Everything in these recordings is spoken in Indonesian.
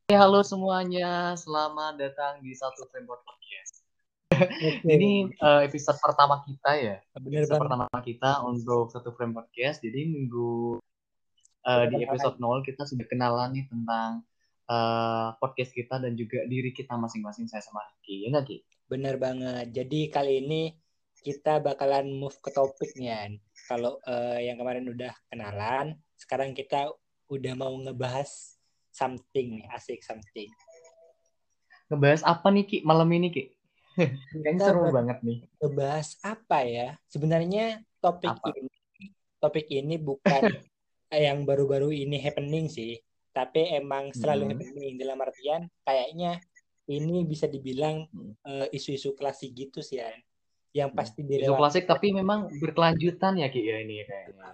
Halo semuanya, selamat datang di Satu Framework Podcast. Oke, Ini episode pertama kita ya, bener episode banget. pertama kita untuk Satu Frame Podcast. Jadi minggu di Perkenalan. episode 0 kita sudah kenalan nih tentang podcast kita dan juga diri kita masing-masing, saya sama Riki. Ya nggak, Ki? Bener banget. Jadi kali ini kita bakalan move ke topiknya. Kalau yang kemarin udah kenalan, sekarang kita udah mau ngebahas something nih, asik something. Ngebahas apa nih, Ki, malam ini, Ki? Kayaknya Kita seru bakal banget nih. ngebahas apa ya? Sebenarnya topik Apa? ini topik ini bukan yang baru-baru ini happening sih, tapi emang selalu Mm-mm. happening dalam artian kayaknya ini bisa dibilang isu-isu klasik gitu sih ya, yang pasti Isu klasik direlate. tapi memang berkelanjutan ya, Ki, ya ini ya kayaknya.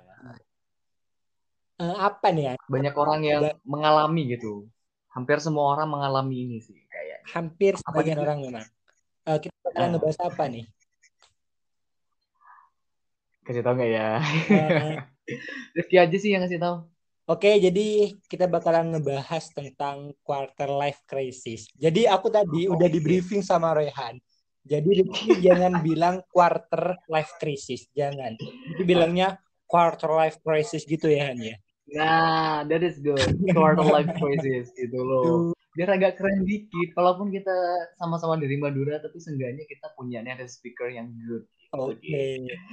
Apa nih ya? Banyak orang yang mengalami gitu. Hampir semua orang mengalami ini sih kayaknya. Hampir Apa nih, sebagian Ki? orang memang. Kita bakalan Ah, ngebahas apa nih? kasih tahu nggak ya? Eh, Rifki aja sih yang kasih tahu. Oke, jadi kita bakalan ngebahas tentang quarter life crisis. Jadi aku tadi udah di Oke. briefing sama Rehan. Jadi Rizky jangan bilang quarter life crisis, jangan. Jadi bilangnya quarter life crisis gitu ya Han ya. Nah, that is good. Quarter life crisis gitu loh. Tuh. Biar agak keren dikit. Walaupun kita sama-sama dari Madura, tapi seenggaknya kita punya native speaker yang good gitu. Oke.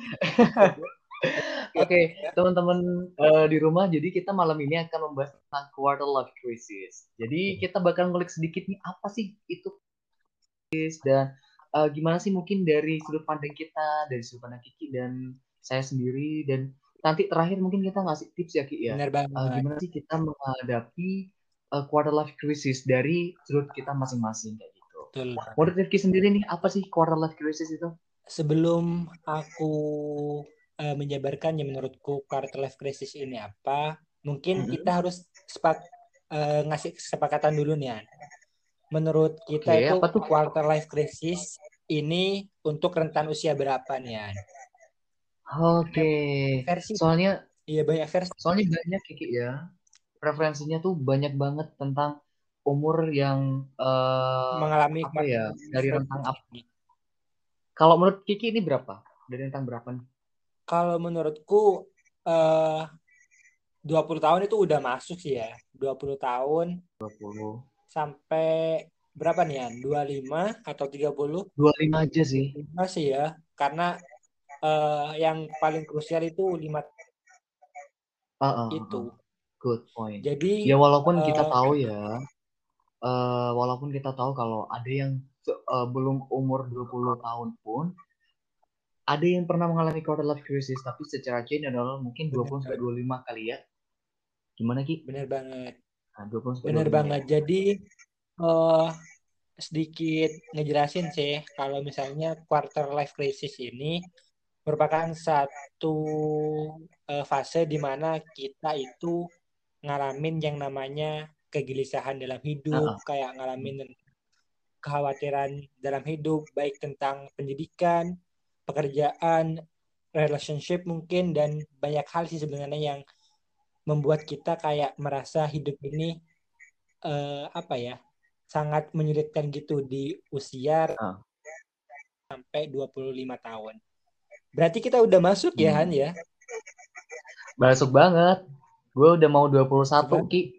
Oke. Oke, teman-teman di rumah, jadi kita malam ini akan membahas tentang quarter life crisis. Jadi kita bakal ngulik sedikit nih, apa sih itu crisis dan gimana sih mungkin dari sudut pandang kita, dari sudut pandang Kiki dan saya sendiri, dan nanti terakhir mungkin kita ngasih tips ya, Ki ya. Benar banget. Gimana sih kita menghadapi quarter life crisis dari sudut kita masing-masing kayak gitu. Betul. Menurut Rifki sendiri nih, apa sih quarter life crisis itu? Sebelum aku menjabarkan ya menurutku quarter life crisis ini apa, mungkin kita Mm-mm. harus ngasih kesepakatan dulu nih. Han. Menurut kita Oke, itu apa tuh? quarter life crisis ini untuk rentan usia berapa nih? Han? Oke, Versi, soalnya iya banyak versi soalnya banyak Kiki ya. Referensinya tuh banyak banget tentang umur yang mengalami apa quarter ya, life dari rentang crisis apa? ini. Kalau menurut Kiki ini berapa? Dari rentang berapa nih? Kalau menurutku eh 20 tahun itu udah masuk sih ya. 20 tahun 20. sampai berapa nih ya? 25 atau 30? 25 aja sih. 25 sih ya. Karena yang paling krusial itu 5 Ah, ah, ah, ah. itu. Good point. Jadi Ya walaupun kita eh, tahu ya, walaupun kita tahu kalau ada yang belum umur 20 tahun pun, ada yang pernah mengalami quarter life crisis, tapi secara general mungkin 20 sampai benar 25 kali ya. Gimana Ki? benar banget. Nah, 20 sampai Benar 25 ya. banget. Jadi eh sedikit ngejelasin sih kalau misalnya quarter life crisis ini merupakan satu fase di mana kita itu ngalamin yang namanya kegelisahan dalam Ah, hidup, ah. kayak ngalamin kekhawatiran dalam hidup, baik tentang pendidikan, pekerjaan, relationship mungkin, dan banyak hal sih sebenarnya yang membuat kita kayak merasa hidup ini apa ya, sangat menyulitkan gitu di usia Ah. sampai 25 tahun. Berarti kita udah masuk ya Han Hmm. ya? Masuk banget. Gue udah mau 21 Sebenarnya Ki.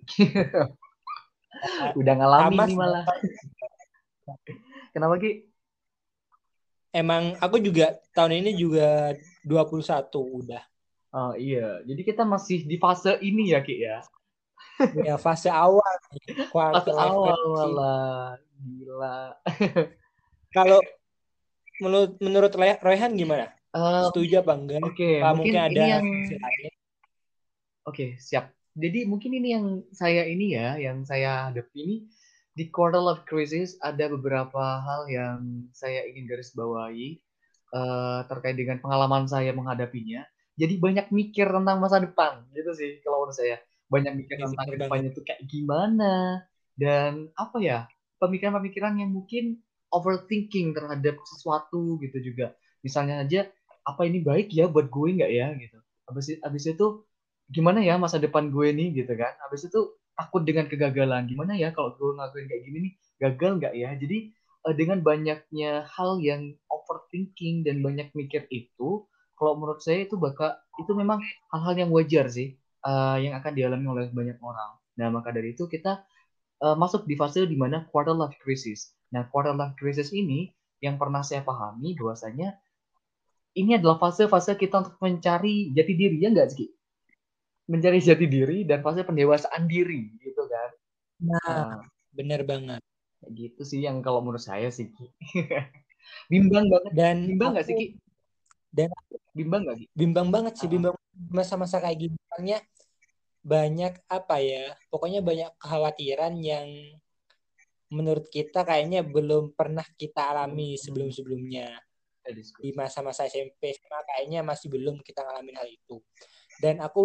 Udah ngalami sama nih sih. malah. Kenapa Ki? Emang aku juga tahun ini juga 21 udah. Oh iya, jadi kita masih di fase ini ya Ki ya. Ya fase awal nih, Fase quarter life awal crisis ini. malah. Gila. Kalau menurut Royhan gimana? Eh, Setuju apa enggak? Oke, Apa mungkin mungkin ini ada yang versi lain? oke, siap. Jadi mungkin ini yang saya ini ya, yang saya hadapi ini di quarter life crisis ada beberapa hal yang saya ingin garis bawahi terkait dengan pengalaman saya menghadapinya. Jadi banyak mikir tentang masa depan, gitu sih kalau menurut saya. Banyak mikir Ya tentang bener ke banget. depannya itu kayak gimana dan apa ya, pemikiran-pemikiran yang mungkin overthinking terhadap sesuatu gitu juga. Misalnya aja, apa ini baik ya buat gue nggak ya gitu. Habis itu gimana ya masa depan gue nih gitu kan. Habis itu takut dengan kegagalan. Gimana ya kalau gue ngelakuin kayak gini nih, gagal nggak ya? Jadi dengan banyaknya hal yang overthinking dan banyak mikir itu, kalau menurut saya itu memang hal-hal yang wajar sih, yang akan dialami oleh banyak orang. Nah, maka dari itu kita masuk di fase di mana quarter life crisis. Nah, quarter life crisis ini yang pernah saya pahami bahwasanya ini adalah fase-fase kita untuk mencari jati diri, ya nggak sih? Mencari jati diri dan fase pendewasaan diri, gitu kan? Nah, Uh, bener banget. gitu sih yang kalau menurut saya sih, Ki. Bimbang banget. Dan Bimbang nggak sih, aku Ki? dan Bimbang nggak, Ki? bimbang banget sih, Uh, bimbang masa-masa kayak gini. Soalnya banyak apa ya, pokoknya banyak kekhawatiran yang menurut kita kayaknya belum pernah kita alami sebelum-sebelumnya. that is good. Di masa-masa SMP SMA kayaknya masih belum kita ngalamin hal itu. Dan aku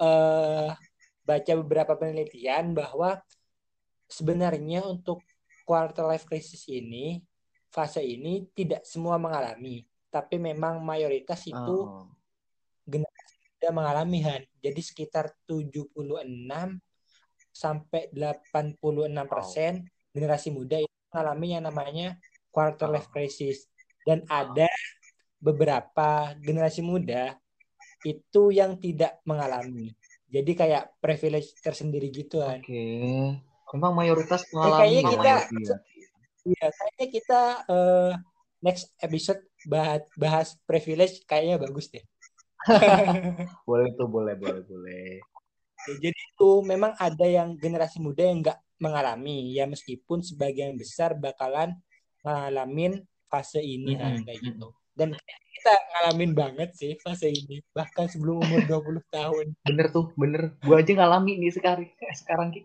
baca beberapa penelitian bahwa sebenarnya untuk quarter life crisis ini, fase ini tidak semua mengalami, tapi memang mayoritas itu Uh, generasi muda mengalami, Han. Jadi sekitar 76 sampai wow. 86% generasi muda itu mengalami yang namanya quarter Uh, life crisis. Dan ada beberapa generasi muda itu yang tidak mengalami. Jadi kayak privilege tersendiri gitu kan. Oke. Memang mayoritas mengalami Kayaknya ya kita berarti ya. ya kayaknya kita next episode bahas, bahas privilege kayaknya bagus deh. Boleh tuh, boleh, boleh, boleh. Ya, jadi itu memang ada yang generasi muda yang nggak mengalami ya meskipun sebagian besar bakalan ngalamin fase ini kan Mm-mm, kayak gitu. mm-mm. Dan kita ngalamin banget sih fase ini bahkan sebelum umur 20 tahun. Bener tuh, bener. Gue aja ngalami nih sekarang, sekarang Ki.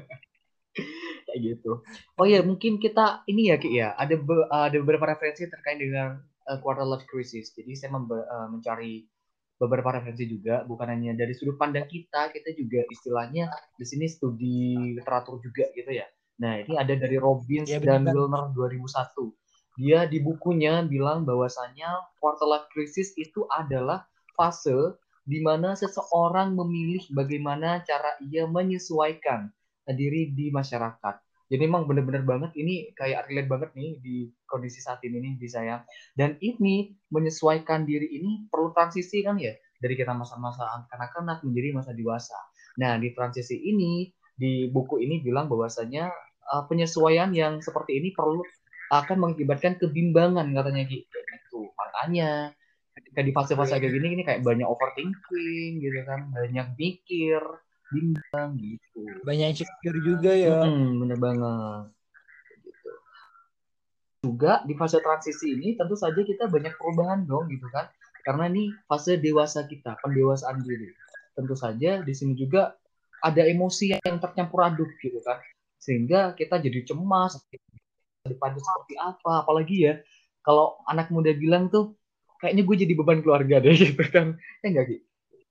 Kayak gitu. Oh ya, mungkin kita ini ya Ki ya, ada beberapa referensi terkait dengan quarter life crisis. Jadi saya mencari beberapa referensi juga, bukan hanya dari sudut pandang kita juga istilahnya di sini studi literatur juga gitu ya. Nah, ini ada dari Robbins Ya benar dan banget. Wilner 2001. Dia di bukunya bilang bahwasanya quarter life crisis itu adalah fase di mana seseorang memilih bagaimana cara ia menyesuaikan diri di masyarakat. Jadi memang benar-benar banget ini kayak relate banget nih di kondisi saat ini nih di saya. Dan ini menyesuaikan diri ini perlu transisi kan ya dari kita masa-masa kanak-kanak menjadi masa dewasa. Nah, di transisi ini di buku ini bilang bahwasanya penyesuaian yang seperti ini perlu akan mengakibatkan kebimbangan katanya gitu. Makanya ketika di fase-fase kayak gini ini kayak banyak overthinking gitu kan, banyak mikir, bimbang gitu. Banyak insecure juga ya. Bener banget. Gitu. Juga di fase transisi ini tentu saja kita banyak perubahan dong gitu kan. Karena ini fase dewasa kita, pendewasaan diri. Tentu saja di sini juga ada emosi yang tercampur aduk gitu kan. Sehingga kita jadi cemas, depan itu seperti apa. Apalagi ya kalau anak muda bilang tuh kayaknya gue jadi beban keluarga deh gitu kan. Ya enggak gitu.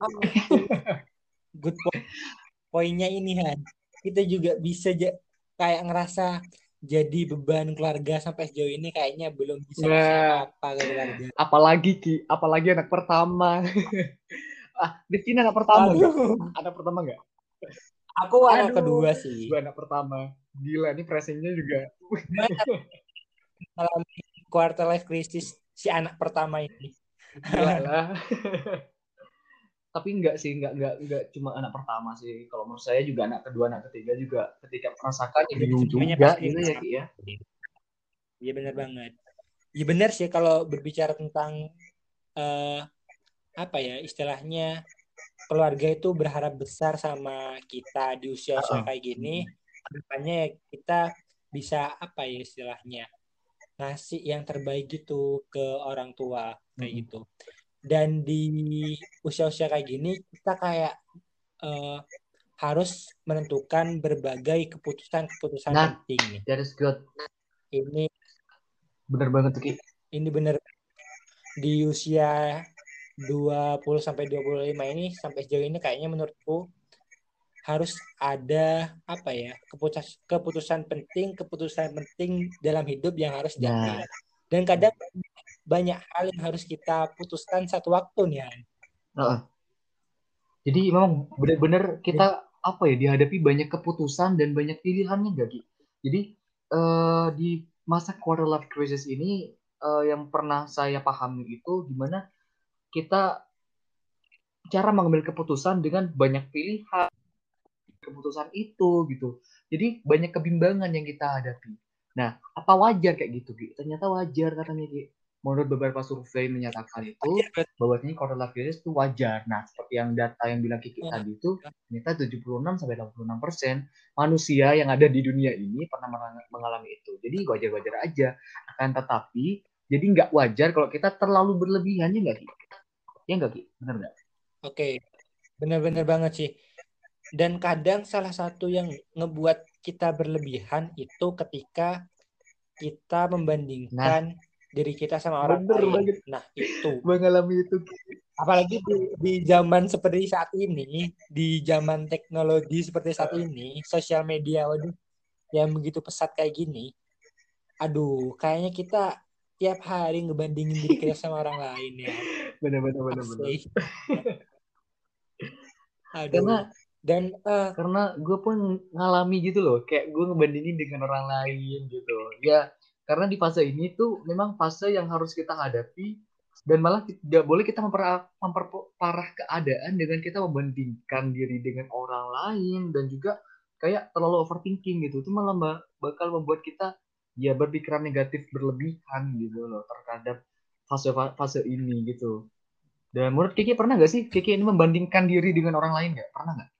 Good poinnya ini Han. Kita juga bisa kayak ngerasa jadi beban keluarga sampai sejauh ini kayaknya belum bisa ngasih Nah, apa-apa ke keluarga. apalagi Ki, apalagi anak pertama. Di sini anak pertama nggak? Waduh, Anak pertama nggak? aku anak Aduh, kedua sih. gue anak pertama. Gila, ini pressingnya juga. Gimana mengalami quarter life crisis si anak pertama ini? Gila lah. Tapi enggak sih, enggak cuma anak pertama sih. Kalau menurut saya juga anak kedua, anak ketiga juga ketika merasakan ya Ya, bingung semuanya juga pasti gitu ya, Ki ya. ngalamin. Iya benar banget. Iya benar sih kalau berbicara tentang eh, apa ya istilahnya keluarga itu berharap besar sama kita di usia-usia Uh-uh. kayak gini. Depannya ya kita bisa apa ya istilahnya ngasih yang terbaik gitu ke orang tua kayak Mm-mm. gitu. Dan di usia-usia kayak gini kita kayak eh, harus menentukan berbagai keputusan-keputusan Nah, penting nih. that is good. Ini Bener banget tuh, Ki. ini bener di usia 20 sampai 25 ini sampai sejauh ini kayaknya menurutku harus ada apa ya keputusan penting dalam hidup yang harus Nah, diambil dan kadang banyak hal yang harus kita putuskan satu waktu nih Han. uh-uh. Jadi memang bener-bener Jadi kita apa ya, dihadapi banyak keputusan dan banyak pilihannya gak Ki? Jadi di masa quarter life crisis ini yang pernah saya pahami itu gimana kita cara mengambil keputusan dengan banyak pilihan keputusan itu gitu. Jadi banyak kebimbangan yang kita hadapi. Nah, apa wajar kayak gitu, Ki? Ternyata wajar katanya, Ki. Menurut beberapa survei menyatakan Wajar itu berarti. bahwasanya quarter life crisis itu wajar. Nah, seperti yang data yang bilang Kiki Oh, tadi itu ternyata 76 sampai 86% manusia yang ada di dunia ini pernah mengalami itu. Jadi wajar-wajar aja. Akan tetapi jadi nggak wajar kalau kita terlalu berlebihan ya nggak Ki? Ya nggak Ki? Benar nggak? oke, benar-benar banget sih. Dan kadang salah satu yang ngebuat kita berlebihan itu ketika kita Nah, membandingkan diri kita sama orang bener lain. banget Nah, itu. mengalami itu. Apalagi di zaman seperti saat ini, di zaman teknologi seperti saat ini, sosial media, waduh, yang begitu pesat kayak gini, aduh, kayaknya kita tiap hari ngebandingin diri kita sama orang lain ya. Bener bener bener bener. Asli. Aduh. Karena Dan gue pun ngalami gitu loh, kayak gue ngebandingin dengan orang lain gitu ya. Karena di fase ini tuh memang fase yang harus kita hadapi, dan malah tidak boleh kita memperparah keadaan dengan kita membandingkan diri dengan orang lain, dan juga kayak terlalu overthinking gitu. Itu malah bakal membuat kita ya berpikiran negatif berlebihan gitu loh terhadap fase fase ini gitu. Dan menurut Kiki pernah gak sih Kiki ini membandingkan diri dengan orang lain, nggak pernah nggak?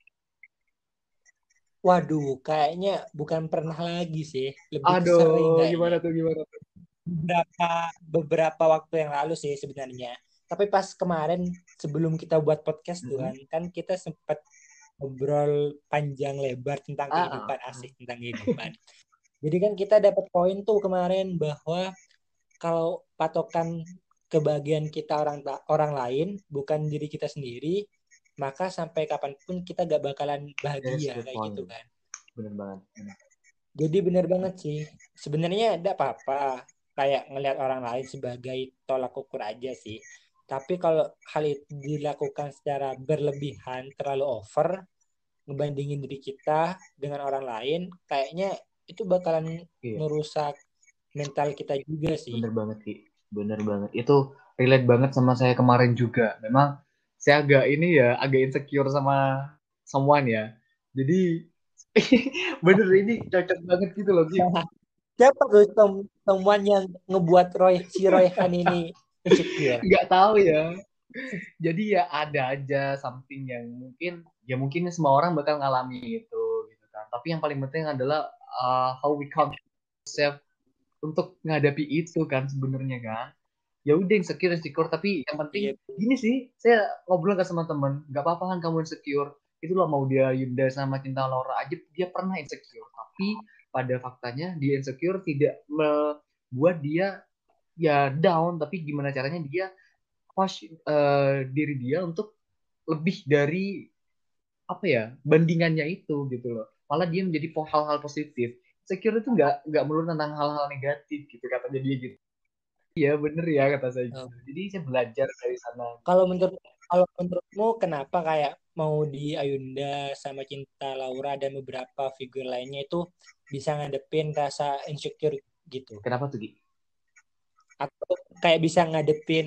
waduh, kayaknya bukan pernah lagi sih, lebih ke sering Aduh, kayaknya. gimana tuh, gimana tuh? Beberapa beberapa waktu yang lalu sih sebenarnya. Tapi pas kemarin sebelum kita buat podcast tuh Mm-mm. kan kita sempat ngobrol panjang lebar tentang Ah, kehidupan, asik tentang kehidupan. Jadi kan kita dapat poin tuh kemarin bahwa kalau patokan kebahagiaan kita orang lain bukan diri kita sendiri, maka sampai kapanpun kita gak bakalan that's bahagia the kayak gitu point. kan. Bener banget. Jadi bener banget sih. Sebenarnya tidak apa-apa kayak ngelihat orang lain sebagai tolak ukur aja sih. Tapi kalau hal itu dilakukan secara berlebihan, terlalu over, ngebandingin diri kita dengan orang lain, kayaknya itu bakalan Iya, ngerusak mental kita juga sih. bener banget, Ki. Bener banget. Itu relate banget sama saya kemarin juga. Memang saya agak ini ya, agak insecure sama someone ya. Jadi, bener ini cocok banget gitu loh, Ki. Siapa tuh temuan yang ngebuat si Royhan ini insecure? Nggak tahu ya. Jadi ya ada aja something yang mungkin semua orang bakal ngalami itu gitu kan. Tapi yang paling penting adalah how we count ourselves untuk menghadapi itu kan sebenarnya kan. Ya udah insecure insecure, tapi yang penting Iya, gini sih, saya ngobrol ke sama teman, nggak apa-apa kan kamu insecure, itu loh mau dia Yunda sama Cinta Laura aja dia pernah insecure, tapi pada faktanya dia insecure tidak membuat dia ya down, tapi gimana caranya dia push diri dia untuk lebih dari apa ya bandingannya itu gitu loh, malah dia menjadi hal-hal positif. Insecure itu nggak melulu tentang hal-hal negatif gitu katanya dia gitu. Iya bener ya kata saya oh. gitu. Jadi saya belajar dari sana. Kalau menurutmu kenapa kayak mau di Ayunda sama Cinta Laura dan beberapa figur lainnya itu bisa ngadepin rasa insecure gitu? Kenapa tuh Ki? Atau kayak bisa ngadepin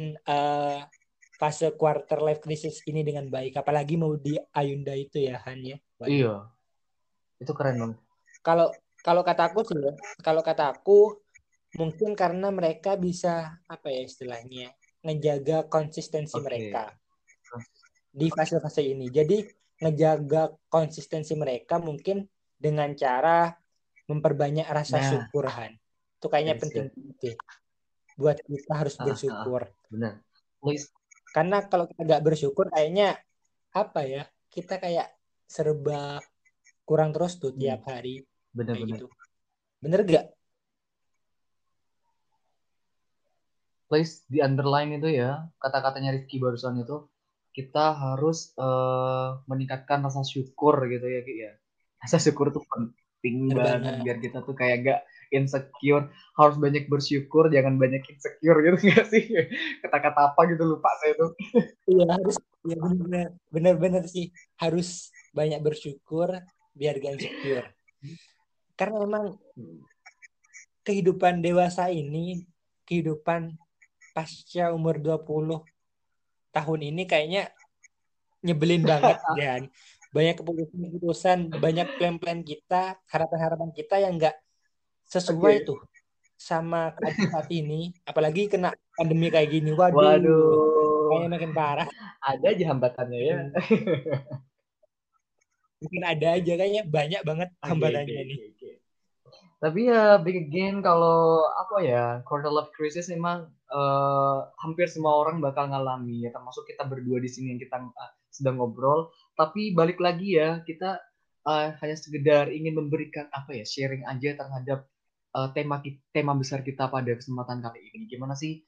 fase quarter life crisis ini dengan baik? Apalagi mau di Ayunda itu ya Han ya. Waduh. Iya, itu keren banget. Kalau kalau kataku sih ya, kalau kataku mungkin karena mereka bisa apa ya istilahnya ngejaga konsistensi mereka Oke. di fase-fase ini. Jadi ngejaga konsistensi mereka mungkin dengan cara memperbanyak rasa Nah, syukur Han. Itu kayaknya that's penting good. banget sih. Buat kita harus Ah, ah, ah. bersyukur. Benar. Please. Karena kalau kita nggak bersyukur kayaknya apa ya? Kita kayak serba kurang terus tuh Hmm, tiap hari kayak benar-benar. gitu. Bener gak? Please di underline itu ya, kata-katanya Rizky barusan itu, kita harus meningkatkan rasa syukur gitu ya Ki ya. Rasa syukur tuh penting Bener banget banget. biar kita tuh kayak gak insecure, harus banyak bersyukur, jangan banyak insecure gitu gak sih? Kata-kata apa gitu lupa saya tuh. Iya harus ya bener-bener sih harus banyak bersyukur biar gak insecure. Karena memang kehidupan dewasa ini, kehidupan pasca umur 20 tahun ini kayaknya nyebelin banget, dan banyak keputusan-keputusan, banyak plan-plan kita, harapan-harapan kita yang nggak sesuai Oke. tuh sama keadaan saat ini, apalagi kena pandemi kayak gini. Waduh, Waduh, kayaknya makin parah. ada aja hambatannya ya. Aduh, mungkin ada aja, kayaknya banyak banget Oke, oke, hambatannya nih. oke, oke. Tapi ya big again kalau apa ya quarter life crisis memang hampir semua orang bakal ngalami ya termasuk kita berdua di sini yang kita sedang ngobrol. Tapi balik lagi ya kita hanya sekedar ingin memberikan apa ya sharing aja terhadap tema besar kita pada kesempatan kali ini. Gimana sih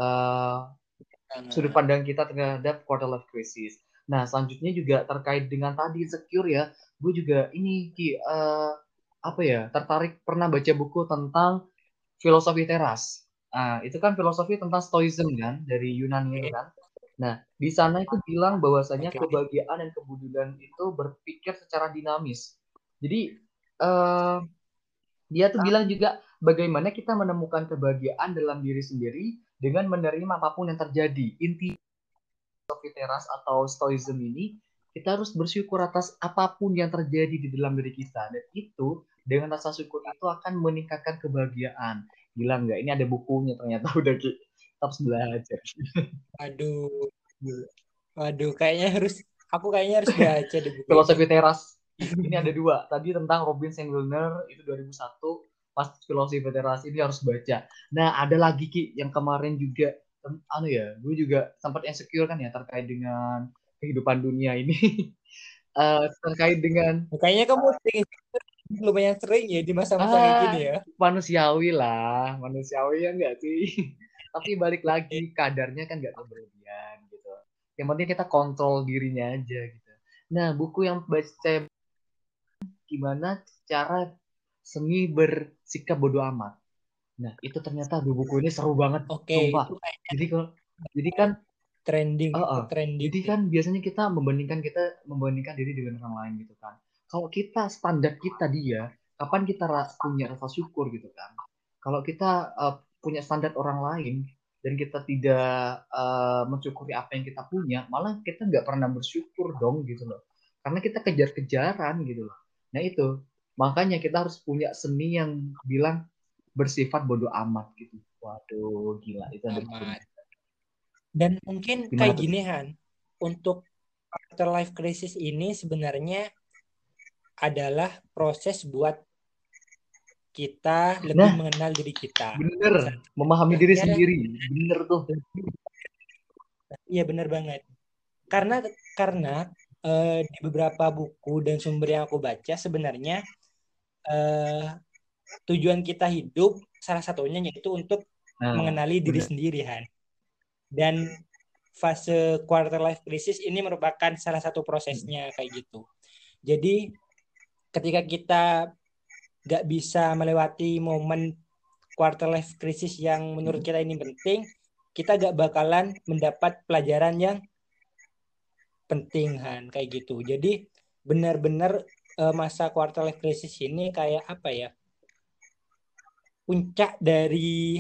sudut Nah, pandang kita terhadap quarter life crisis. Nah, selanjutnya juga terkait dengan tadi insecure ya. Gue juga ini Ki, apa ya tertarik pernah baca buku tentang filosofi teras. Nah, itu kan filosofi tentang stoicism kan dari Yunani itu oke, kan. Nah, di sana itu bilang bahwasanya oke. kebahagiaan dan kebudulan itu berpikir secara dinamis. Jadi eh, dia tuh bilang juga bagaimana kita menemukan kebahagiaan dalam diri sendiri dengan menerima apapun yang terjadi. Inti filosofi teras atau stoicism ini kita harus bersyukur atas apapun yang terjadi di dalam diri kita dan itu dengan rasa syukur itu akan meningkatkan kebahagiaan. Gila nggak? Ini ada bukunya ternyata udah kita harus belajar. Waduh, waduh, aku kayaknya harus baca deh buku itu. Filosofi teras ini ada dua. Tadi tentang Robin Sengilner itu 2001. Pas filosofi teras ini harus baca. Nah ada lagi Ki yang kemarin juga anu ya, gue juga sempat insecure kan ya terkait dengan kehidupan dunia ini. Terkait dengan Kayaknya kamu lumayan sering ya di masa-masa kayak gini ah ya. manusiawi lah, manusiawi ya enggak sih? Tapi balik lagi kadarnya kan nggak berlebihan gitu. Yang penting kita kontrol dirinya aja gitu. Nah, buku yang baca gimana cara seni bersikap bodoh amat. Nah, itu ternyata dua buku ini seru banget, Oke, itu sumpah. kayak Jadi kalau jadi kan trending, Heeh. trending. Jadi kan biasanya kita membandingkan diri dengan orang lain gitu kan. Kalau kita standar kita dia, kapan kita punya rasa syukur gitu kan? Kalau kita punya standar orang lain dan kita tidak mensyukuri apa yang kita punya, malah kita nggak pernah bersyukur dong gitu loh. Karena kita kejar-kejaran gitu loh. Nah itu, makanya kita harus punya seni yang bilang bersifat bodoh amat gitu. Waduh, gila itu ada bukunya. Amat. Dan mungkin Gimana kayak tuh? gini Han, untuk quarter life crisis ini sebenarnya adalah proses buat kita lebih Nah, mengenal diri kita. bener, memahami diri Ibaratnya, sendiri. Bener tuh. iya benar banget. Karena karena di beberapa buku dan sumber yang aku baca sebenarnya eh, tujuan kita hidup salah satunya yaitu untuk Nah, mengenali diri bener. sendiri Han. Dan fase quarter life crisis ini merupakan salah satu prosesnya kayak gitu. Jadi ketika kita gak bisa melewati momen quarter life crisis yang menurut kita ini penting, kita gak bakalan mendapat pelajaran yang penting Han kayak gitu. Jadi benar-benar masa quarter life crisis ini kayak apa ya? Puncak dari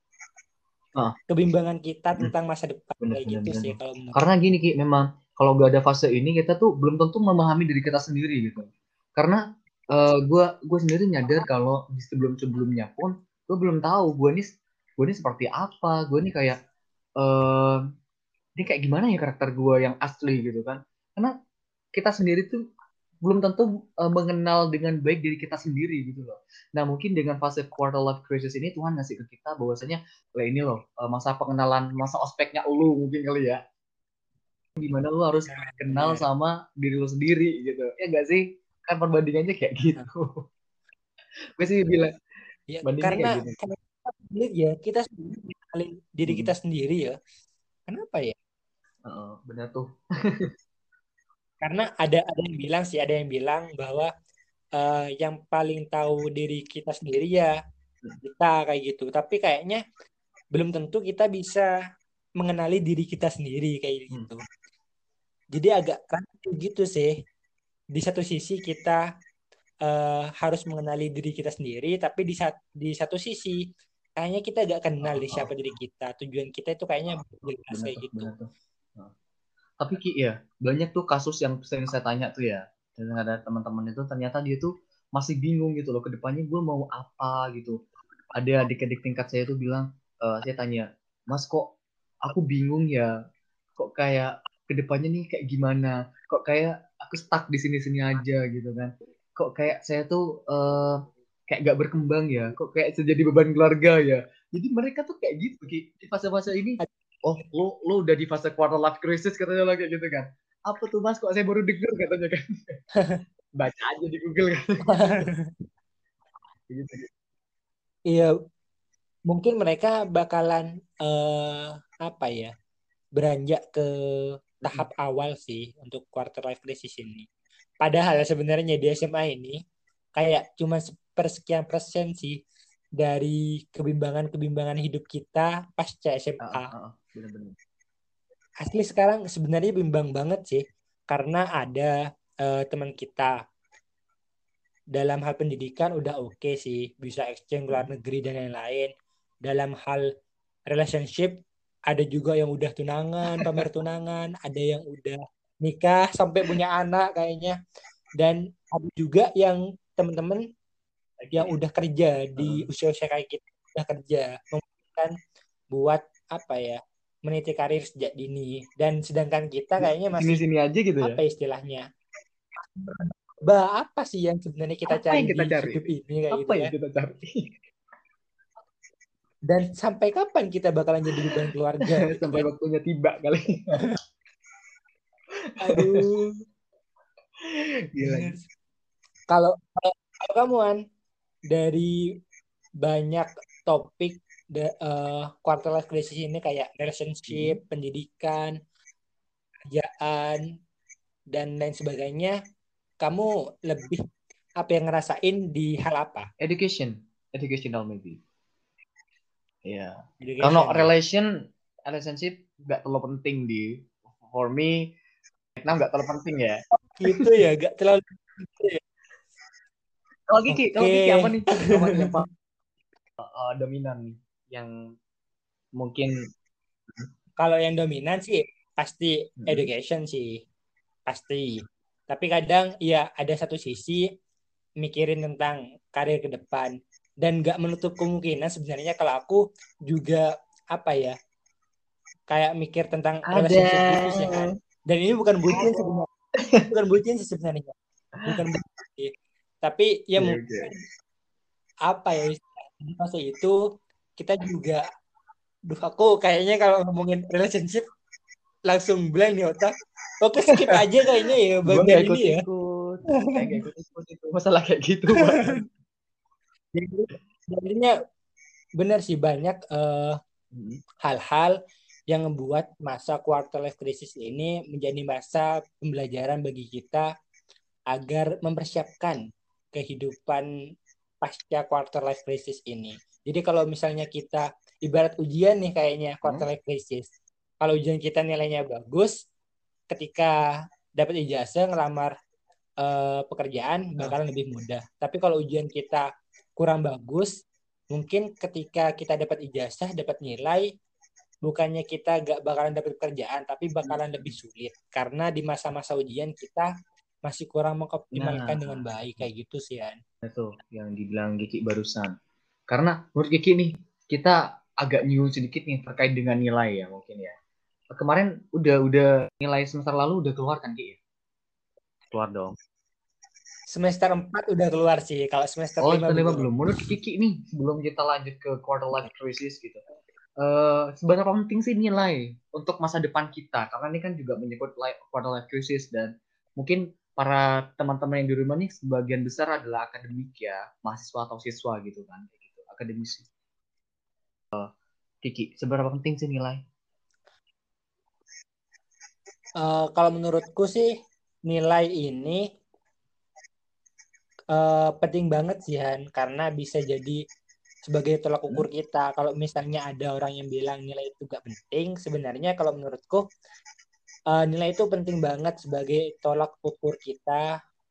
Ah, kebimbangan kita mm, tentang masa depan bener, kayak bener, gitu bener, sih tuh. kalau menurut. Karena gini, Ki, memang kalau gak ada fase ini, kita tuh belum tentu memahami diri kita sendiri gitu. Karena gue sendiri nyadar kalau di sebelum-sebelumnya pun, gue belum tahu gue ini seperti apa. Gue ini kayak, eh ini kayak gimana ya karakter gue yang asli gitu kan. Karena kita sendiri tuh belum tentu mengenal dengan baik diri kita sendiri gitu loh. Nah mungkin dengan fase quarter life crisis ini Tuhan ngasih ke kita bahwasanya lah ini loh masa pengenalan masa ospeknya lu mungkin kali ya. Gimana lu harus Nah, kenal benar. sama diri lu sendiri gitu. Ya enggak sih? Kan perbandingannya kayak Nah, gitu. Gue sih bilang ya bandingnya karena kayak gitu. kalau kita lihat ya kita mengenali diri kita Mm-mm. sendiri ya. Kenapa ya? Benar tuh. Karena ada yang bilang sih, ada yang bilang bahwa yang paling tahu diri kita sendiri ya kita kayak gitu. Tapi kayaknya belum tentu kita bisa mengenali diri kita sendiri kayak Hmm. gitu. Jadi agak rancu gitu sih. di satu sisi kita harus mengenali diri kita sendiri, tapi di satu sisi kayaknya kita gak kenal di siapa diri kita. Tujuan kita itu kayaknya jelas kayak gitu. Benar tuh. Tapi Ki ya, banyak tuh kasus yang sering saya tanya tuh ya. Dan ada teman-teman itu ternyata dia tuh masih bingung gitu loh, kedepannya gue mau apa gitu. Ada adik-adik tingkat saya tuh bilang, saya tanya, Mas kok aku bingung ya, kok kayak kedepannya nih kayak gimana, kok kayak aku stuck di sini-sini aja gitu kan. Kok kayak saya tuh kayak gak berkembang ya, kok kayak jadi beban keluarga ya. Jadi mereka tuh kayak gitu Ki. Di fase-fase ini, oh lo udah di fase quarter life crisis katanya lagi gitu kan. Apa tuh Mas, kok saya baru denger katanya kan. Baca aja di Google kan. Gitu. Iya, mungkin mereka bakalan apa ya, beranjak ke tahap awal sih untuk quarter life crisis ini. Padahal sebenarnya di SMA ini kayak cuma sepersekian persen sih dari kebimbangan-kebimbangan hidup kita pasca SMA. Bener-bener. Asli sekarang sebenarnya bimbang banget sih karena ada teman kita dalam hal pendidikan udah oke sih, bisa exchange ke luar negeri dan lain-lain. Dalam hal relationship ada juga yang udah tunangan, pamer tunangan, ada yang udah nikah sampai punya anak kayaknya. Dan ada juga yang teman-teman yang udah kerja di usia-usia kayak kita, udah kerja, memutuskan buat apa ya, meniti karir sejak dini. Dan sedangkan kita kayaknya masih Sini-sini aja gitu ya. apa istilahnya, apa sih yang sebenarnya kita Apa cari yang kita di cari? hidup ini kayak Apa gitu yang kan. kita cari? Dan sampai kapan kita bakalan jadi beban keluarga gitu Sampai kan. waktunya tiba kali. Aduh, Gila. bener. Kalau kamu An, dari banyak topik quarter life crisis ini kayak relationship, pendidikan, kerjaan, dan lain sebagainya, kamu lebih apa yang ngerasain di hal apa? Educational maybe. Iya. Karena Education ya. relationship nggak terlalu penting di for me. Vietnam nggak terlalu penting ya. Gitu ya, gak terlalu gitu ya. Kalau Oke. Kiki apa nih? Apa nih yang paling dominan nih? Yang mungkin Kalau yang dominan sih pasti education sih, pasti. Tapi kadang ya ada satu sisi mikirin tentang karir ke depan dan nggak menutup kemungkinan sebenarnya kalau aku juga apa ya, kayak mikir tentang ada. relationship gitu sih kan. Dan ini bukan bucin sebenarnya, bukan bucin sih sebenarnya, bukan bucin sih. Tapi ya Oke, mungkin oke. apa ya, di fase itu kita juga, duh aku kayaknya kalau ngomongin relationship langsung blank nih otak. Oke, skip aja kayaknya ya Gue bagian nggak ini ya. ikut-ikut. Kayak nggak ikut-ikut itu. Masalah kayak gitu, Pak. Jadi jadinya benar sih banyak hal-hal yang membuat masa quarter life crisis ini menjadi masa pembelajaran bagi kita agar mempersiapkan kehidupan pasca quarter life crisis ini. Jadi kalau misalnya kita ibarat ujian nih kayaknya quarter life crisis. Kalau ujian kita nilainya bagus, ketika dapat ijazah ngelamar pekerjaan bakalan lebih mudah. Tapi kalau ujian kita kurang bagus, mungkin ketika kita dapat ijazah, dapat nilai, bukannya kita gak bakalan dapat pekerjaan, tapi bakalan lebih sulit. Karena di masa-masa ujian kita masih kurang mengoptimalkan dengan Nah, baik. Kayak gitu sih, An. itu yang dibilang Kiki barusan. Karena menurut Kiki nih, kita agak nyinggung sedikit nih terkait dengan nilai ya mungkin ya. Kemarin udah nilai semester lalu udah keluar kan Ki? Keluar dong. Semester 4 udah keluar sih, kalau semester Oh, 5 semester 5 belum. belum. Menurut Kiki nih, sebelum kita lanjut ke quarter life crisis gitu. Seberapa penting sih nilai untuk masa depan kita? Karena ini kan juga menyebut quarter life crisis dan mungkin para teman-teman yang di rumah nih sebagian besar adalah akademik ya, mahasiswa atau siswa gitu kan, kayak gitu, akademisi. Kiki, seberapa penting sih nilai? Kalau menurutku sih nilai ini penting banget sih Han, karena bisa jadi sebagai tolak ukur kita. Kalau misalnya ada orang yang bilang nilai itu gak penting, sebenarnya kalau menurutku nilai itu penting banget sebagai tolak ukur kita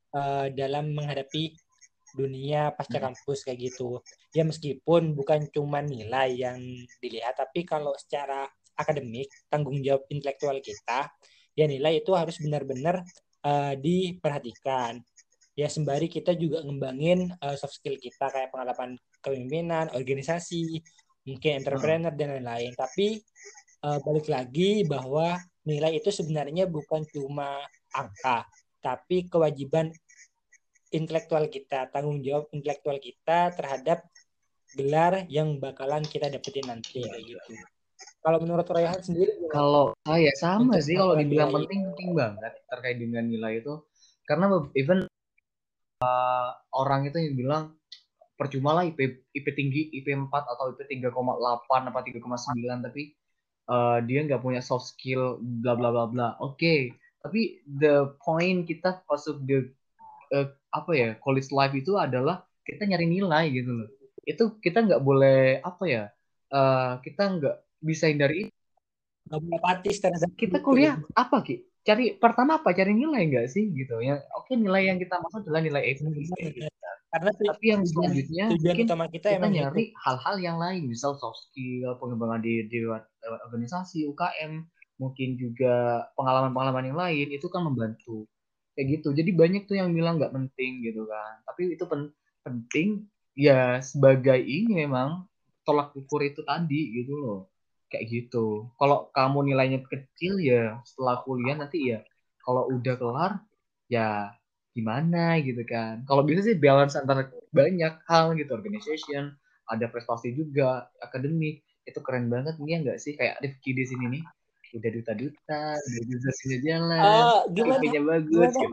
dalam menghadapi dunia pasca kampus kayak gitu. Ya meskipun bukan cuma nilai yang dilihat, tapi kalau secara akademik, tanggung jawab intelektual kita, ya nilai itu harus benar-benar diperhatikan. Ya sembari kita juga ngembangin soft skill kita kayak pengalaman kepemimpinan, organisasi, mungkin entrepreneur dan lain-lain. Tapi balik lagi bahwa nilai itu sebenarnya bukan cuma angka, tapi kewajiban intelektual kita, tanggung jawab intelektual kita terhadap gelar yang bakalan kita dapetin nanti kayak gitu. Kalau menurut Rayhan sendiri gimana Kalau saya sama untuk sih, kalau masalah dibilang nilai ini? penting penting banget terkait dengan nilai itu, karena even orang itu yang bilang percuma lah IP tinggi, IP 4 atau IP 3,8 apa 3,9, tapi dia nggak punya soft skill bla bla bla bla. Oke, tapi the point kita masuk the apa ya, college life itu adalah kita nyari nilai gitu loh. Itu kita nggak boleh apa ya, kita nggak bisa hindari itu. Gak boleh apatis terhadap Kita itu. kuliah apa Ki? Cari pertama apa? Cari nilai nggak sih gitu ya. Oke, nilai yang kita maksud adalah nilai FI kayak gitu. Karena Tapi yang tujuan, selanjutnya tujuan mungkin utama kita kita emang itu. nyari hal-hal yang lain, misal soft skill, pengembangan di organisasi, UKM, mungkin juga pengalaman-pengalaman yang lain, itu kan membantu. Kayak gitu. Jadi banyak tuh yang bilang nggak penting gitu kan. Tapi itu penting ya sebagai ini memang tolak ukur itu tadi gitu loh. Kayak gitu. Kalau kamu nilainya kecil ya setelah kuliah nanti ya kalau udah kelar ya gimana gitu kan. Kalau bisa sih balance antara banyak hal gitu, organization, ada prestasi juga, akademik, itu keren banget nih ya nggak sih? Kayak Rifki di sini nih, udah duta-duta, udah bisnisnya jalan, Gimana? IP-nya bagus Gimana? gitu.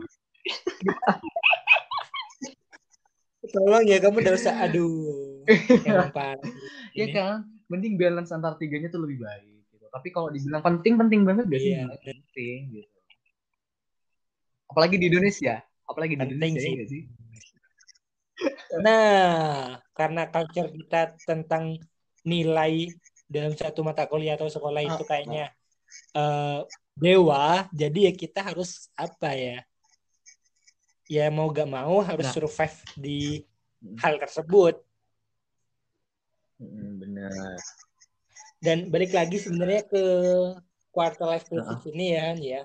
Tolong ya kamu udah usah. Aduh, emang parah Ya ini. kan? Mending balance antar tiganya tuh lebih baik gitu. Tapi kalau dibilang penting, penting banget gak sih? Iya, Nilai penting gitu. Apalagi di Indonesia. Apalagi di penting Indonesia ya sih. nggak sih? Nah, karena culture kita tentang nilai dalam satu mata kuliah atau sekolah itu kayaknya dewa, jadi ya kita harus apa ya? Ya mau gak mau harus Nah, survive di hal tersebut. benar. Dan balik lagi sebenarnya ke quarter life crisis Nah, ini ya, Han, ya.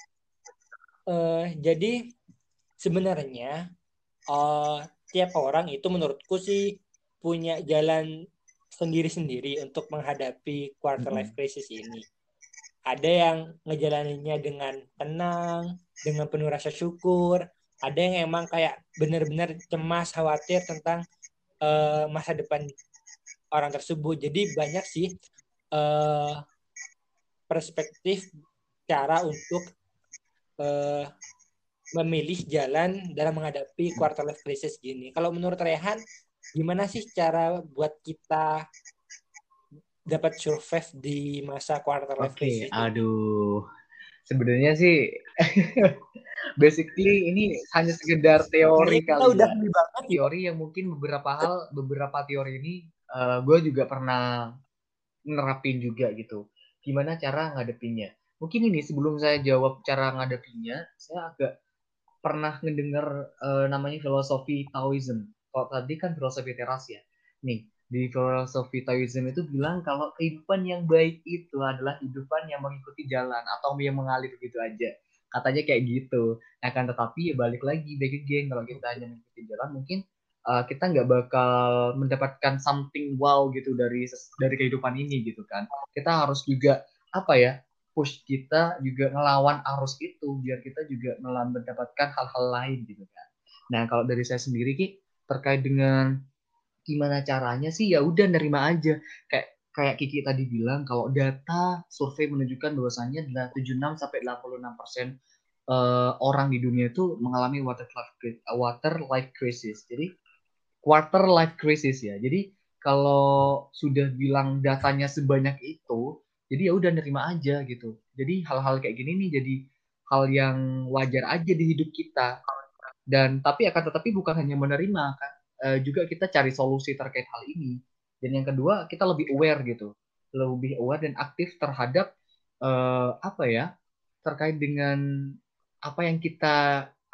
Jadi sebenarnya eh, tiap orang itu menurutku sih punya jalan sendiri-sendiri untuk menghadapi quarter life crisis ini. Ada yang ngejalaninnya dengan tenang, dengan penuh rasa syukur. Ada yang emang kayak benar-benar cemas, khawatir tentang masa depan orang tersebut. Jadi banyak sih eh, perspektif cara untuk eh, memilih jalan dalam menghadapi quarter life crisis gini. Kalau menurut Rehan, gimana sih cara buat kita dapat survive di masa quarter life oke, crisis kayak gini? aduh. Sebenarnya sih basically ini hanya sekedar teori Kayaknya kita kali udah ya. ahli banget ya. Teori yang mungkin beberapa hal, beberapa teori ini gue juga pernah nerapin juga gitu. Gimana cara ngadepinnya? Mungkin ini sebelum saya jawab cara ngadepinnya, saya agak pernah ngedenger namanya filosofi Taoism. Kalau tadi kan filosofi teras ya. Nih, di filosofi Taoism itu bilang kalau kehidupan yang baik itu adalah kehidupan yang mengikuti jalan atau yang mengalir begitu aja. Katanya kayak gitu. Nah, kan tetapi ya balik lagi, back again, kalau kita hanya mengikuti jalan, mungkin kita nggak bakal mendapatkan something wow gitu dari kehidupan ini gitu kan. Kita harus juga apa ya, push kita juga ngelawan arus itu biar kita juga mendapatkan hal-hal lain gitu kan. Nah, kalau dari saya sendiri Ki, terkait dengan gimana caranya sih ya udah nerima aja. Kayak kayak Kiki tadi bilang kalau data survei menunjukkan bahwasannya 76 sampai 86% orang di dunia itu mengalami water life crisis. Jadi quarter life crisis ya. Jadi kalau sudah bilang datanya sebanyak itu, jadi ya udah nerima aja gitu. Jadi hal-hal kayak gini nih jadi hal yang wajar aja di hidup kita. Dan tapi akan tetapi bukan hanya menerima kan, juga kita cari solusi terkait hal ini. Dan yang kedua kita lebih aware gitu, lebih aware dan aktif terhadap apa ya terkait dengan apa yang kita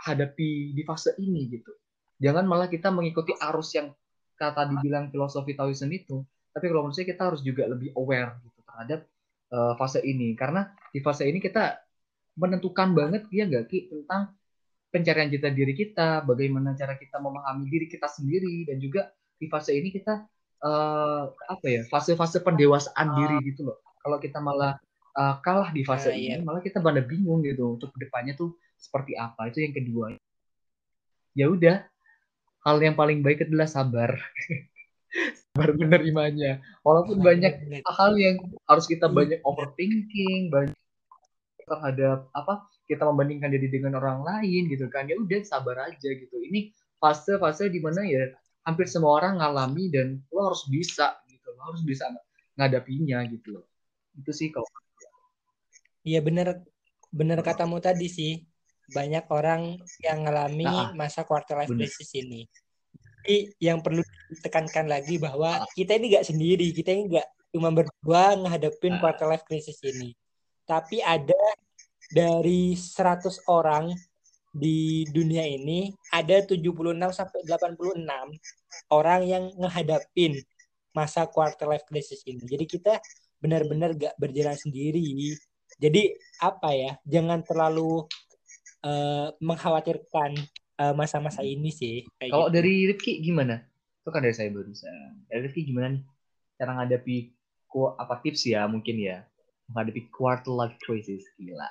hadapi di fase ini gitu. Jangan malah kita mengikuti arus yang kata dibilang filosofi Taoism itu, tapi kalau menurut saya kita harus juga lebih aware gitu terhadap fase ini, karena di fase ini kita menentukan banget ya nggak Ki tentang pencarian jati diri kita, bagaimana cara kita memahami diri kita sendiri, dan juga di fase ini kita apa ya, fase-fase pendewasaan diri gitu loh. Kalau kita malah kalah di fase Nah, iya. ini, malah kita pada bingung gitu untuk kedepannya tuh seperti apa. Itu yang kedua. Ya udah, hal yang paling baik adalah sabar, sabar menerimanya. Walaupun Nah, banyak benar-benar. hal yang harus kita Iya, banyak benar. overthinking, banyak terhadap apa kita membandingkan diri dengan orang lain gitu kan, ya udah sabar aja gitu. Ini fase-fase di mana ya hampir semua orang ngalami, dan lo harus bisa gitu, lo harus bisa ngadapinya gitu loh. Itu sih kalau Iya, benar, benar katamu tadi sih. Banyak orang yang ngalami nah, masa quarter life bener. crisis ini. Jadi yang perlu ditekankan lagi bahwa Ah, kita ini nggak sendiri, kita ini nggak cuma berdua ngadepin quarter ah, life crisis ini. Tapi ada dari 100 orang di dunia ini, ada 76 sampai 86 orang yang ngehadapin masa quarter life crisis ini. Jadi kita benar-benar gak berjalan sendiri. Jadi apa ya? Jangan terlalu mengkhawatirkan masa-masa ini sih kayak kalau gitu. dari Rifki gimana? Itu kan dari saya barusan. Dari Rifki gimana nih cara ngadapi apa tips ya mungkin ya menghadapi quarter life crisis, gila.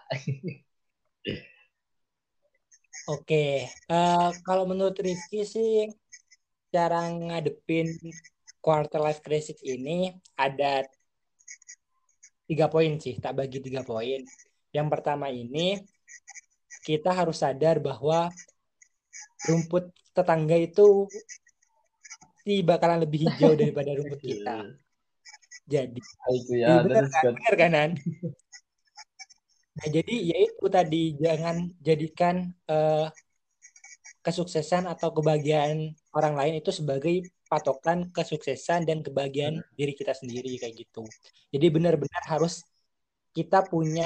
Oke, kalau menurut Rizky sih cara ngadepin quarter life crisis ini ada 3 poin sih, tak bagi 3 poin. Yang pertama ini kita harus sadar bahwa rumput tetangga itu pasti bakalan lebih hijau daripada rumput kita. Jadi, Itu ya, jadi that benar is kan? good. Benar kan, Nan? Nah, jadi yaitu tadi jangan jadikan kesuksesan atau kebahagiaan orang lain itu sebagai patokan kesuksesan dan kebahagiaan diri kita sendiri kayak gitu. Jadi benar-benar harus kita punya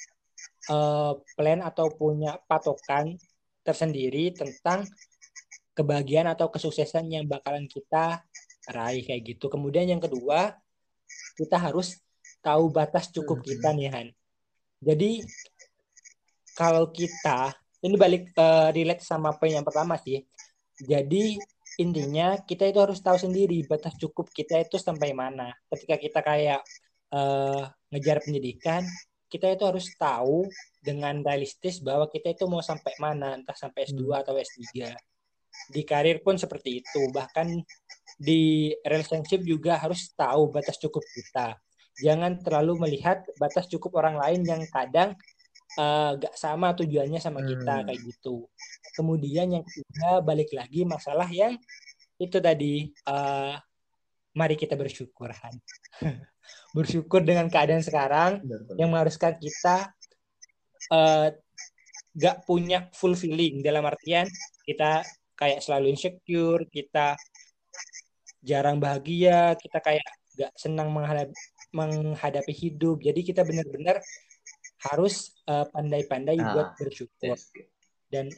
plan atau punya patokan tersendiri tentang kebahagiaan atau kesuksesan yang bakalan kita raih kayak gitu. Kemudian yang kedua, kita harus tahu batas cukup kita nih Han. Jadi kalau kita ini balik relate sama poin yang pertama sih. Jadi intinya kita itu harus tahu sendiri batas cukup kita itu sampai mana. Ketika kita kayak ngejar pendidikan, kita itu harus tahu dengan realistis bahwa kita itu mau sampai mana, entah sampai S2 atau S3. Di karir pun seperti itu. Bahkan di relationship juga harus tahu batas cukup kita. Jangan terlalu melihat batas cukup orang lain yang kadang gak sama tujuannya sama kita kayak gitu. Kemudian yang ketiga balik lagi masalah yang itu tadi mari kita bersyukur Han. Bersyukur dengan keadaan sekarang yang mengharuskan kita uh, gak punya full feeling dalam artian kita kayak selalu insecure, kita jarang bahagia, kita kayak gak senang menghadapi hidup. Jadi kita benar-benar harus pandai-pandai buat bersyukur. That's good. Dan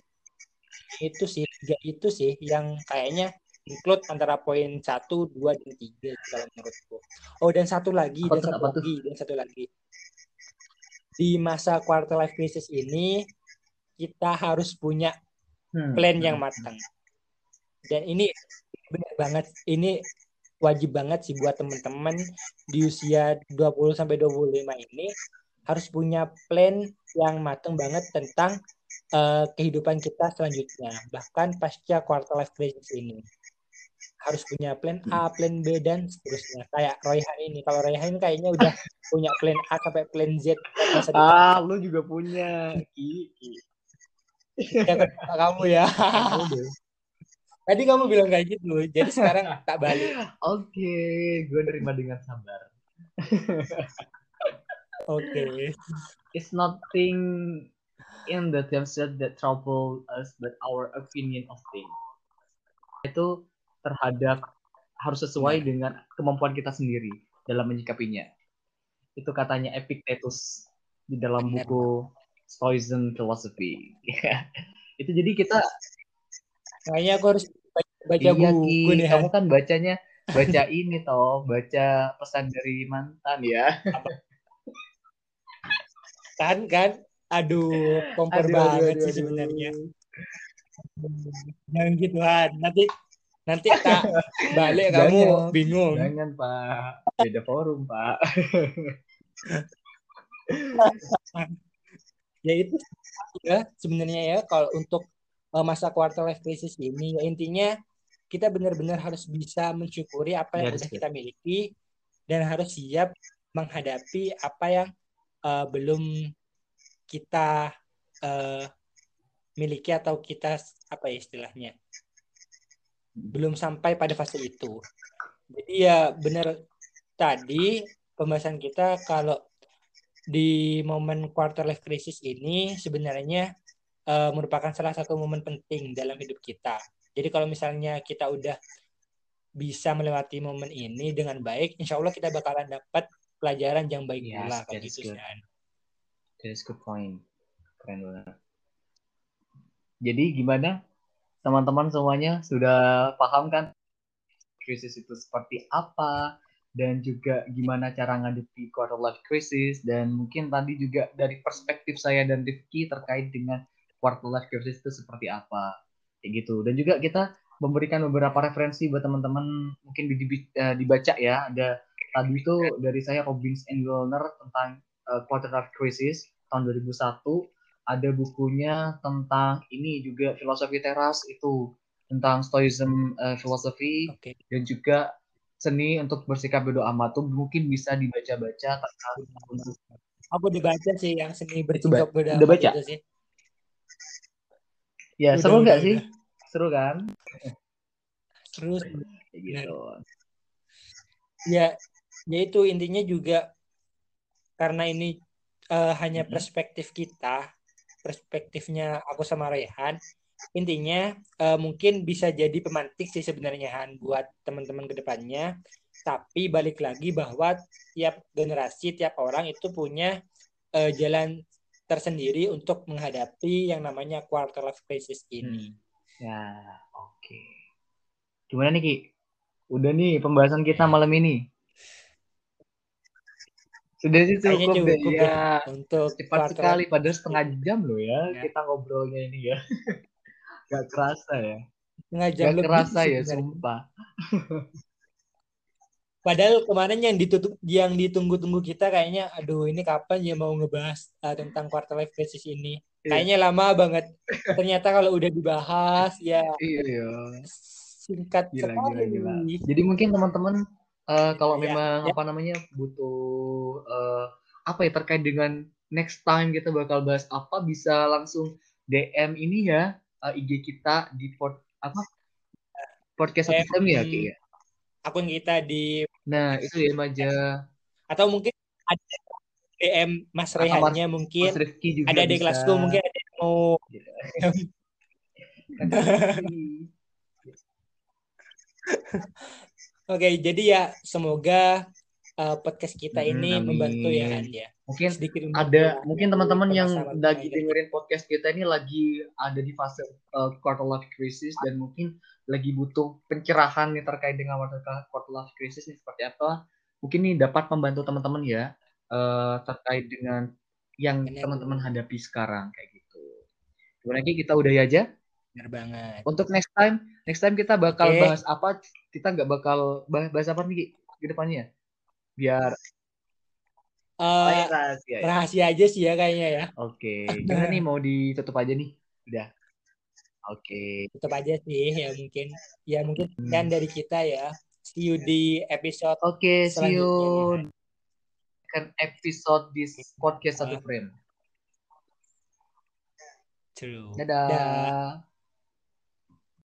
itu sih yang kayaknya include antara poin 1, 2, dan 3 kalau menurutku. Oh, dan satu lagi, Apa tuh, apa tuh? dan satu lagi. Di masa quarter life crisis ini kita harus punya plan yang matang. Dan ini benar banget, ini wajib banget sih buat teman-teman di usia 20 sampai 25 ini harus punya plan yang matang banget tentang kehidupan kita selanjutnya, bahkan pasca quarter life crisis ini. Harus punya plan A, plan B, dan seterusnya. Kayak Royhan ini. Kalau Royhan kayaknya udah punya plan A sampai plan Z buat masa depannya. Lu juga punya. Ya, kamu ya. Udah. Tadi kamu bilang kayak gitu. Jadi sekarang tak balik. Oke, gue nerima dengan sabar. Oke. It's nothing in the terms that trouble us, but our opinion of things. Itu terhadap harus sesuai Benar. dengan kemampuan kita sendiri dalam menyikapinya. Itu katanya Epictetus di dalam Benar. buku Stoicism Philosophy. Itu jadi kita Kayaknya aku harus baca iya Ki, buku nih kamu Han. kan bacanya baca ini toh, baca pesan dari mantan ya. Apa kan? Aduh, kompor Aduh, aduh, banget aduh, sih sebenarnya. aduh. Jangan gitu Han. Nanti nanti tak balik kamu Jangan, bingung. jangan Pak. Beda forum Pak. Ya itu ya sebenarnya ya kalau untuk masa quarter life crisis ini ya intinya kita benar-benar harus bisa mensyukuri apa yang That is udah good. kita miliki dan harus siap menghadapi apa yang belum kita eh, miliki atau kita apa ya istilahnya belum sampai pada fase itu. Jadi ya benar tadi pembahasan kita kalau di momen quarter life crisis ini sebenarnya merupakan salah satu momen penting dalam hidup kita. Jadi kalau misalnya kita udah bisa melewati momen ini dengan baik, insya Allah kita bakalan dapat pelajaran yang baik Yes, pula kayak that is gitu sih. good. That is good point. Keren banget. Jadi gimana teman-teman semuanya sudah paham kan krisis itu seperti apa dan juga gimana cara ngadepi quarter life crisis dan mungkin tadi juga dari perspektif saya dan Rifki terkait dengan quarter life crisis itu seperti apa kayak gitu dan juga kita memberikan beberapa referensi buat teman-teman mungkin dibaca ya ada tadi itu dari saya Robbins and Gallner tentang quarter life crisis tahun 2001 ada bukunya tentang ini juga filosofi teras itu tentang Stoicism filosofi Oke. dan juga seni untuk bersikap bodo amat tuh mungkin bisa dibaca-baca untuk Aku udah baca sih yang seni itu bersikap bodo udah amat baca itu sih. ya Udah, seru udah, nggak sih udah. seru kan Terus kayak benar. gitu Ya, ya itu intinya juga karena ini hanya mm-hmm. perspektif kita, perspektifnya aku sama Rehan. Intinya mungkin bisa jadi pemantik sih sebenarnya Han buat teman-teman ke depannya. Tapi balik lagi bahwa tiap generasi, tiap orang itu punya jalan tersendiri untuk menghadapi yang namanya quarter life crisis ini. Ya oke okay. Gimana nih Ki udah nih pembahasan kita malam ini sudah sih Kayaknya cukup deh cukup ya ya untuk cepat quarter sekali life padahal crisis setengah ini. jam loh ya Ya, kita ngobrolnya ini ya gak kerasa ya setengah jam gak lebih kerasa ya sebenarnya. sumpah Padahal kemarin yang ditunggu-tunggu kita kayaknya, aduh ini kapan ya mau ngebahas tentang quarter life crisis ini. iya Kayaknya lama banget. Ternyata kalau udah dibahas ya iya ya singkat gila gila gila sekali. jadi mungkin teman-teman kalau Ya, memang ya. apa namanya butuh apa ya terkait dengan next time kita bakal bahas apa bisa langsung DM ini ya IG kita di apa podcast satu jam ya Ki DM ya akun kita di nah itu ya aja atau mungkin ada DM Mas atau Rehannya mungkin Mas Rifki juga ada adik bisa kelasku mungkin ada yang mau gitu. Kakak Rifki Oke, jadi ya semoga podcast kita ini membantu ya amin Han ya. mungkin Sedikit ada membantu mungkin teman-teman ke yang masa-masa lagi hidup kita. dengerin podcast kita ini lagi ada di fase quarter life crisis dan mungkin lagi butuh pencerahan nih terkait dengan quarter life crisis ini seperti apa mungkin nih dapat membantu teman-teman ya terkait dengan yang Benar, teman-teman hadapi sekarang kayak gitu. Gimana lagi kita udah aja benar banget. untuk next time kita bakal Oke, bahas apa kita nggak bakal bahas apa nih ke depannya biar eh, rahasia ya. rahasia aja sih ya kayaknya ya. Oke, gimana nih mau ditutup aja nih? Udah. Oke. Tetap aja sih ya mungkin sekian Hmm. dari kita ya. See you di episode Oke, see selanjutnya nih Han. you kan episode di podcast satu Uh, frame. True. Dah. Dadah.